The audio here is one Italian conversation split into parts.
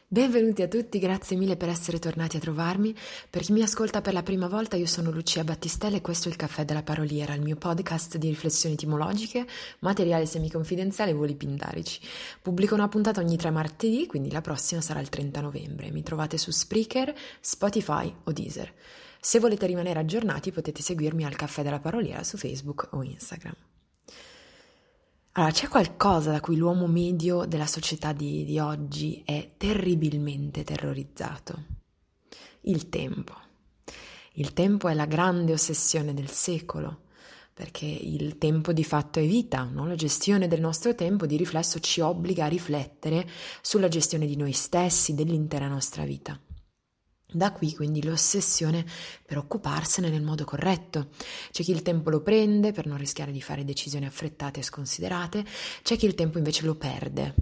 Benvenuti a tutti, grazie mille per essere tornati a trovarmi. Per chi mi ascolta per la prima volta, io sono Lucia Battistella e questo è il Caffè della Paroliera, il mio podcast di riflessioni etimologiche, materiale semiconfidenziale e voli pindarici. Pubblico una puntata ogni 3 martedì, quindi la prossima sarà il 30 novembre. Mi trovate su Spreaker, Spotify o Deezer. Se volete rimanere aggiornati potete seguirmi al Caffè della Paroliera su Facebook o Instagram. Allora, c'è qualcosa da cui l'uomo medio della società di oggi è terribilmente terrorizzato. Il tempo. Il tempo è la grande ossessione del secolo, perché il tempo di fatto è vita, no? La gestione del nostro tempo di riflesso ci obbliga a riflettere sulla gestione di noi stessi, dell'intera nostra vita. Da qui quindi l'ossessione per occuparsene nel modo corretto. C'è chi il tempo lo prende per non rischiare di fare decisioni affrettate e sconsiderate, c'è chi il tempo invece lo perde.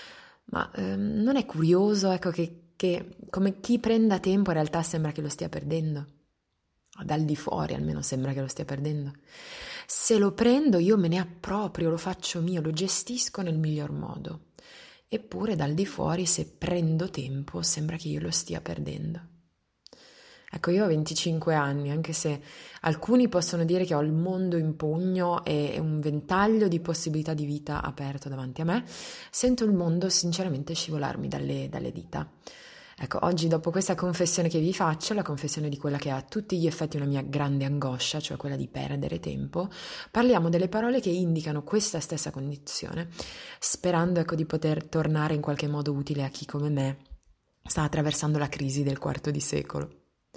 Ma non è curioso, ecco, che come chi prenda tempo in realtà sembra che lo stia perdendo? Dal di fuori almeno sembra che lo stia perdendo. Se lo prendo io me ne approprio, lo faccio mio, lo gestisco nel miglior modo. Eppure dal di fuori se prendo tempo sembra che io lo stia perdendo. Ecco, io ho 25 anni, anche se alcuni possono dire che ho il mondo in pugno e un ventaglio di possibilità di vita aperto davanti a me, sento il mondo sinceramente scivolarmi dalle dita. Ecco, oggi dopo questa confessione che vi faccio, la confessione di quella che ha a tutti gli effetti una mia grande angoscia, cioè quella di perdere tempo, parliamo delle parole che indicano questa stessa condizione, sperando ecco di poter tornare in qualche modo utile a chi come me sta attraversando la crisi del quarto di secolo.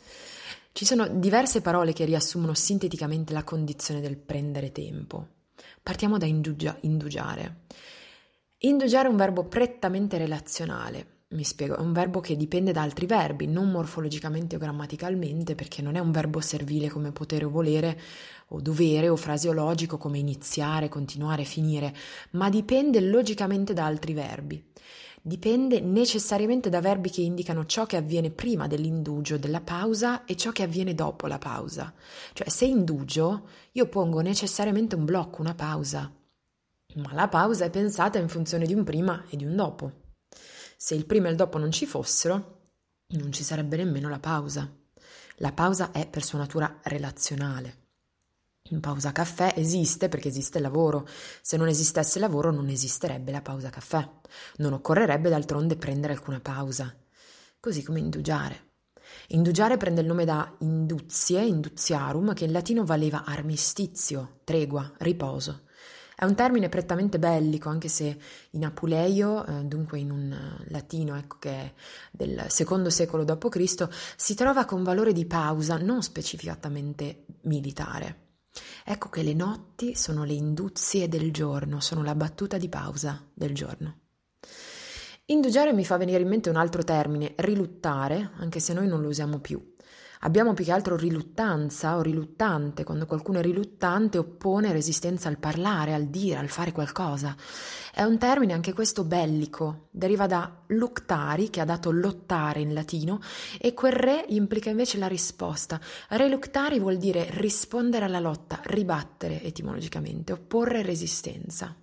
Ci sono diverse parole che riassumono sinteticamente la condizione del prendere tempo. Partiamo da indugiare. Indugiare è un verbo prettamente relazionale. Mi spiego, è un verbo che dipende da altri verbi, non morfologicamente o grammaticalmente, perché non è un verbo servile come potere o volere, o dovere, o fraseologico come iniziare, continuare, finire, ma dipende logicamente da altri verbi. Dipende necessariamente da verbi che indicano ciò che avviene prima dell'indugio, della pausa, e ciò che avviene dopo la pausa. Cioè, se indugio, io pongo necessariamente un blocco, una pausa, ma la pausa è pensata in funzione di un prima e di un dopo. Se il prima e il dopo non ci fossero, non ci sarebbe nemmeno la pausa. La pausa è per sua natura relazionale. In pausa caffè esiste perché esiste il lavoro. Se non esistesse il lavoro non esisterebbe la pausa caffè. Non occorrerebbe d'altronde prendere alcuna pausa. Così come indugiare. Indugiare prende il nome da induzie, induziarum, che in latino valeva armistizio, tregua, riposo. È un termine prettamente bellico, anche se in apuleio, dunque in un latino ecco, che è del secondo secolo d.C., si trova con valore di pausa, non specificatamente militare. Ecco che le notti sono le induzie del giorno, sono la battuta di pausa del giorno. Indugiare mi fa venire in mente un altro termine, riluttare, anche se noi non lo usiamo più. Abbiamo più che altro riluttanza o riluttante, quando qualcuno è riluttante oppone resistenza al parlare, al dire, al fare qualcosa. È un termine anche questo bellico, deriva da luctari, che ha dato lottare in latino, e quel re implica invece la risposta. Reluctari vuol dire rispondere alla lotta, ribattere etimologicamente, opporre resistenza.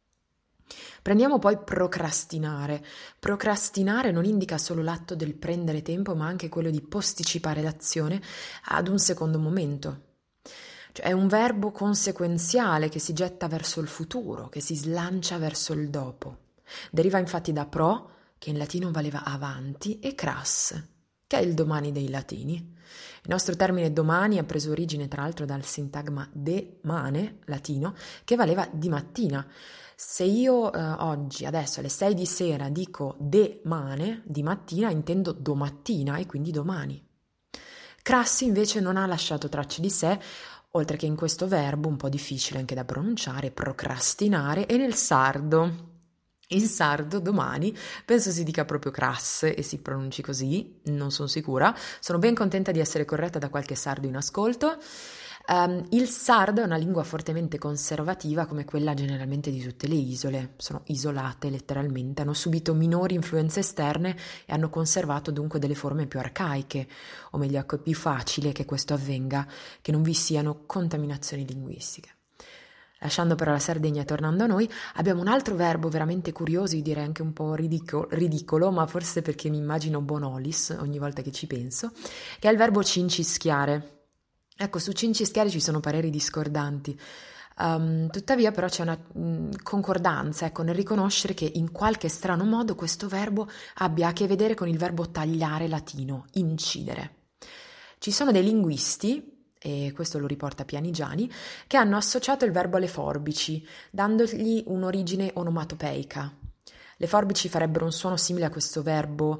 Prendiamo poi procrastinare. Procrastinare non indica solo l'atto del prendere tempo, ma anche quello di posticipare l'azione ad un secondo momento. Cioè è un verbo conseguenziale che si getta verso il futuro, che si slancia verso il dopo. Deriva infatti da pro, che in latino valeva avanti, e cras, che è il domani dei latini. Il nostro termine domani ha preso origine tra l'altro dal sintagma de mane, latino, che valeva di mattina. Se io oggi, adesso alle 6 di sera dico de mane, di mattina, intendo domattina e quindi domani. Crassi invece non ha lasciato tracce di sé, oltre che in questo verbo un po' difficile anche da pronunciare, procrastinare, e nel sardo. In sardo domani penso si dica proprio crass e si pronunci così, non sono sicura. Sono ben contenta di essere corretta da qualche sardo in ascolto. Il sardo è una lingua fortemente conservativa come quella generalmente di tutte le isole, sono isolate letteralmente, hanno subito minori influenze esterne e hanno conservato dunque delle forme più arcaiche, o meglio è più facile che questo avvenga, che non vi siano contaminazioni linguistiche. Lasciando però la Sardegna e tornando a noi, abbiamo un altro verbo veramente curioso, io direi anche un po' ridicolo, ma forse perché mi immagino Bonolis ogni volta che ci penso, che è il verbo cincischiare. Ecco, su cincischiare ci sono pareri discordanti. Tuttavia però c'è una concordanza, ecco, nel riconoscere che in qualche strano modo questo verbo abbia a che vedere con il verbo tagliare latino, incidere. Ci sono dei linguisti, e questo lo riporta Pianigiani, che hanno associato il verbo alle forbici, dandogli un'origine onomatopeica. Le forbici farebbero un suono simile a questo verbo,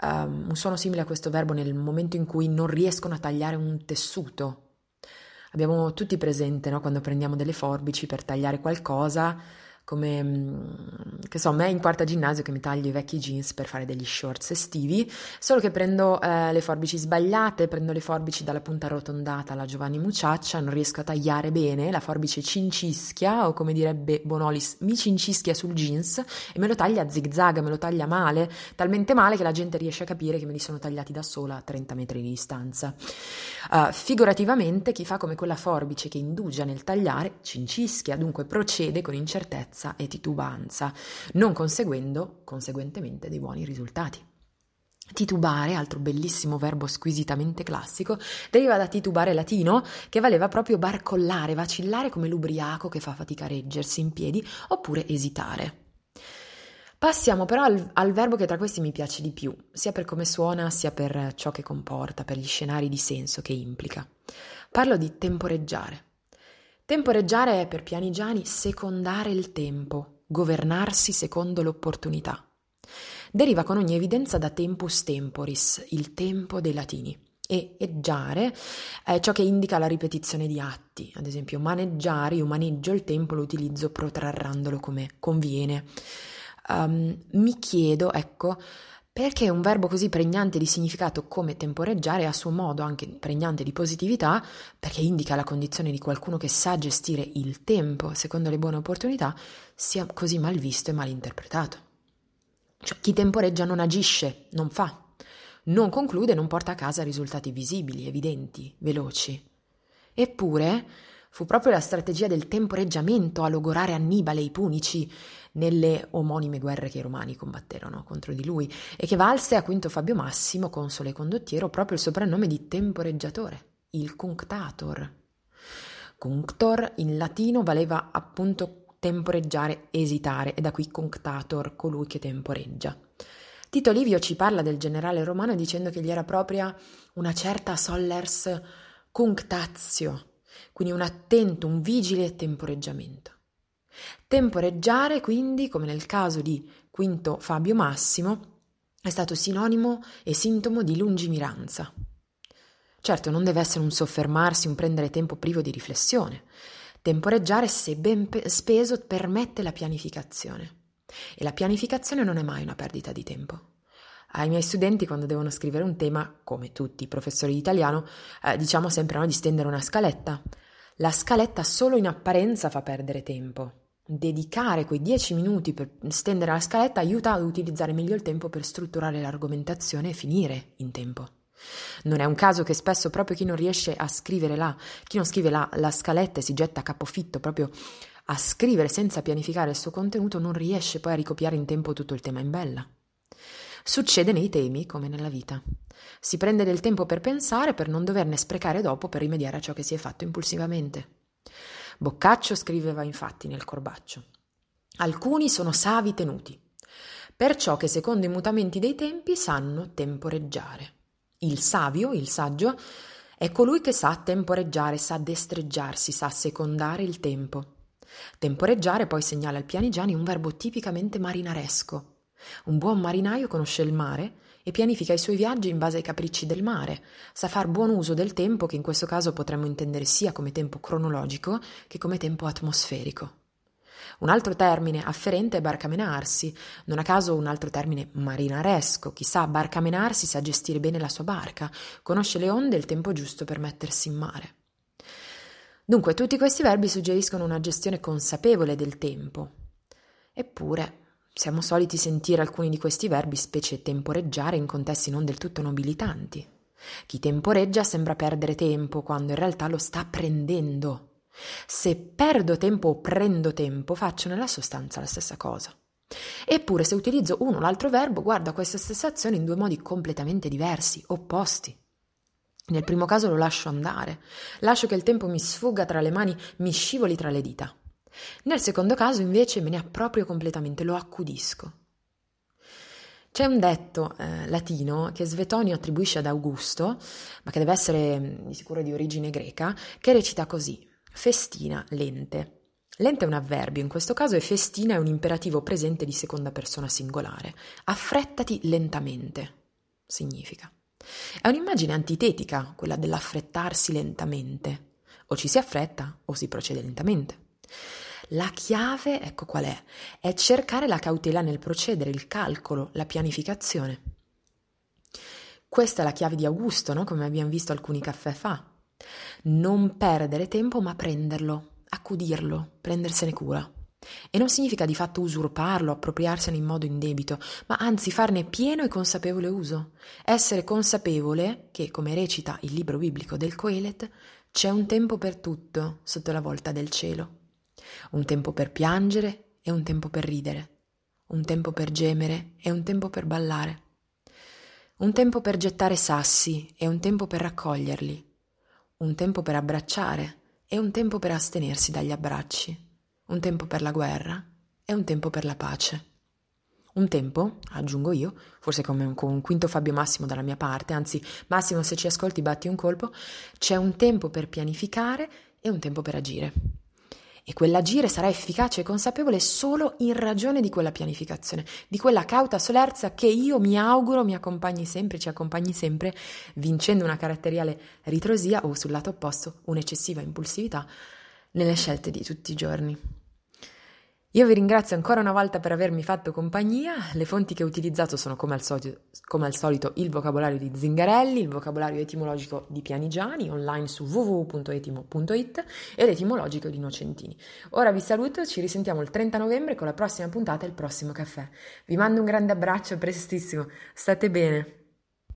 nel momento in cui non riescono a tagliare un tessuto. Abbiamo tutti presente, no? Quando prendiamo delle forbici per tagliare qualcosa, come, che so, me in quarta ginnasio che mi taglio i vecchi jeans per fare degli shorts estivi, solo che prendo le forbici sbagliate, prendo le forbici dalla punta arrotondata alla Giovanni Muciaccia, non riesco a tagliare bene, la forbice cincischia, o come direbbe Bonolis, mi cincischia sul jeans e me lo taglia a zig-zag, me lo taglia male, talmente male che la gente riesce a capire che me li sono tagliati da sola a 30 metri di distanza. Figurativamente chi fa come quella forbice che indugia nel tagliare cincischia, dunque procede con incertezza e titubanza, non conseguendo conseguentemente dei buoni risultati. Titubare, altro bellissimo verbo squisitamente classico, deriva da titubare latino, che valeva proprio barcollare, vacillare come l'ubriaco che fa fatica a reggersi in piedi, oppure esitare. Passiamo però al verbo che tra questi mi piace di più, sia per come suona, sia per ciò che comporta, per gli scenari di senso che implica. Parlo di temporeggiare. Temporeggiare è per Pianigiani secondare il tempo, governarsi secondo l'opportunità. Deriva con ogni evidenza da tempus temporis, il tempo dei latini, e eggiare è ciò che indica la ripetizione di atti, ad esempio maneggiare, io maneggio il tempo, lo utilizzo protrarrandolo come conviene. Mi chiedo, ecco, perché un verbo così pregnante di significato come temporeggiare è a suo modo anche pregnante di positività, perché indica la condizione di qualcuno che sa gestire il tempo secondo le buone opportunità, sia così mal visto e mal interpretato. Cioè, chi temporeggia non agisce, non fa, non conclude, non porta a casa risultati visibili, evidenti, veloci. Eppure fu proprio la strategia del temporeggiamento a logorare Annibale e i Punici nelle omonime guerre che i Romani combatterono contro di lui e che valse a Quinto Fabio Massimo, console e condottiero, proprio il soprannome di temporeggiatore, il cunctator. Cunctor in latino valeva appunto temporeggiare, esitare, e da qui cunctator, colui che temporeggia. Tito Livio ci parla del generale romano dicendo che gli era propria una certa sollers cunctatio, quindi un attento, un vigile temporeggiamento. Temporeggiare, quindi, come nel caso di Quinto Fabio Massimo, è stato sinonimo e sintomo di lungimiranza. Certo, non deve essere un soffermarsi, un prendere tempo privo di riflessione. Temporeggiare, se ben speso, permette la pianificazione. E la pianificazione non è mai una perdita di tempo. Ai miei studenti, quando devono scrivere un tema, come tutti i professori di italiano, diciamo sempre di stendere una scaletta. La scaletta solo in apparenza fa perdere tempo. Dedicare quei 10 minuti per stendere la scaletta aiuta ad utilizzare meglio il tempo per strutturare l'argomentazione e finire in tempo. Non è un caso che spesso proprio chi non riesce a scrivere chi non scrive la scaletta e si getta a capofitto proprio a scrivere senza pianificare il suo contenuto, non riesce poi a ricopiare in tempo tutto il tema in bella. Succede nei temi come nella vita. Si prende del tempo per pensare, per non doverne sprecare dopo per rimediare a ciò che si è fatto impulsivamente. Boccaccio scriveva infatti nel Corbaccio: alcuni sono savi tenuti, perciò che secondo i mutamenti dei tempi sanno temporeggiare. Il savio, il saggio, è colui che sa temporeggiare, sa destreggiarsi, sa secondare il tempo. Temporeggiare, poi segnala il Pianigiani, un verbo tipicamente marinaresco. Un buon marinaio conosce il mare e pianifica i suoi viaggi in base ai capricci del mare, sa far buon uso del tempo, che in questo caso potremmo intendere sia come tempo cronologico che come tempo atmosferico. Un altro termine afferente è barcamenarsi, non a caso un altro termine marinaresco. Chi sa barcamenarsi sa gestire bene la sua barca, conosce le onde e il tempo giusto per mettersi in mare. Dunque, tutti questi verbi suggeriscono una gestione consapevole del tempo. Eppure, siamo soliti sentire alcuni di questi verbi, specie temporeggiare, in contesti non del tutto nobilitanti. Chi temporeggia sembra perdere tempo, quando in realtà lo sta prendendo. Se perdo tempo o prendo tempo, faccio nella sostanza la stessa cosa. Eppure se utilizzo uno o l'altro verbo, guardo questa stessa azione in due modi completamente diversi, opposti. Nel primo caso lo lascio andare, lascio che il tempo mi sfugga tra le mani, mi scivoli tra le dita. Nel secondo caso invece me ne approprio completamente, lo accudisco. C'è un detto latino che Svetonio attribuisce ad Augusto, ma che deve essere di sicuro di origine greca, che recita così: festina lente. Lente è un avverbio in questo caso e festina è un imperativo presente di seconda persona singolare. Affrettati lentamente, significa. È un'immagine antitetica, quella dell'affrettarsi lentamente. O ci si affretta o si procede lentamente. La chiave, ecco qual è? È cercare la cautela nel procedere, il calcolo, la pianificazione. Questa è la chiave di Augusto, no? Come abbiamo visto alcuni caffè fa. Non perdere tempo, ma prenderlo, accudirlo, prendersene cura. E non significa di fatto usurparlo, appropriarsene in modo indebito, ma anzi farne pieno e consapevole uso. Essere consapevole che, come recita il libro biblico del Coelet, c'è un tempo per tutto sotto la volta del cielo. Un tempo per piangere e un tempo per ridere. Un tempo per gemere e un tempo per ballare. Un tempo per gettare sassi e un tempo per raccoglierli. Un tempo per abbracciare e un tempo per astenersi dagli abbracci. Un tempo per la guerra e un tempo per la pace. Un tempo, aggiungo io, forse con un quinto Fabio Massimo dalla mia parte, anzi Massimo se ci ascolti batti un colpo, c'è un tempo per pianificare e un tempo per agire. E quell'agire sarà efficace e consapevole solo in ragione di quella pianificazione, di quella cauta solerzia che io mi auguro mi accompagni sempre, ci accompagni sempre, vincendo una caratteriale ritrosia o sul lato opposto un'eccessiva impulsività nelle scelte di tutti i giorni. Io vi ringrazio ancora una volta per avermi fatto compagnia. Le fonti che ho utilizzato sono come al solito il vocabolario di Zingarelli, il vocabolario etimologico di Pianigiani, online su www.etimo.it e l'etimologico di Nocentini. Ora vi saluto, ci risentiamo il 30 novembre con la prossima puntata e il prossimo caffè. Vi mando un grande abbraccio, prestissimo, state bene.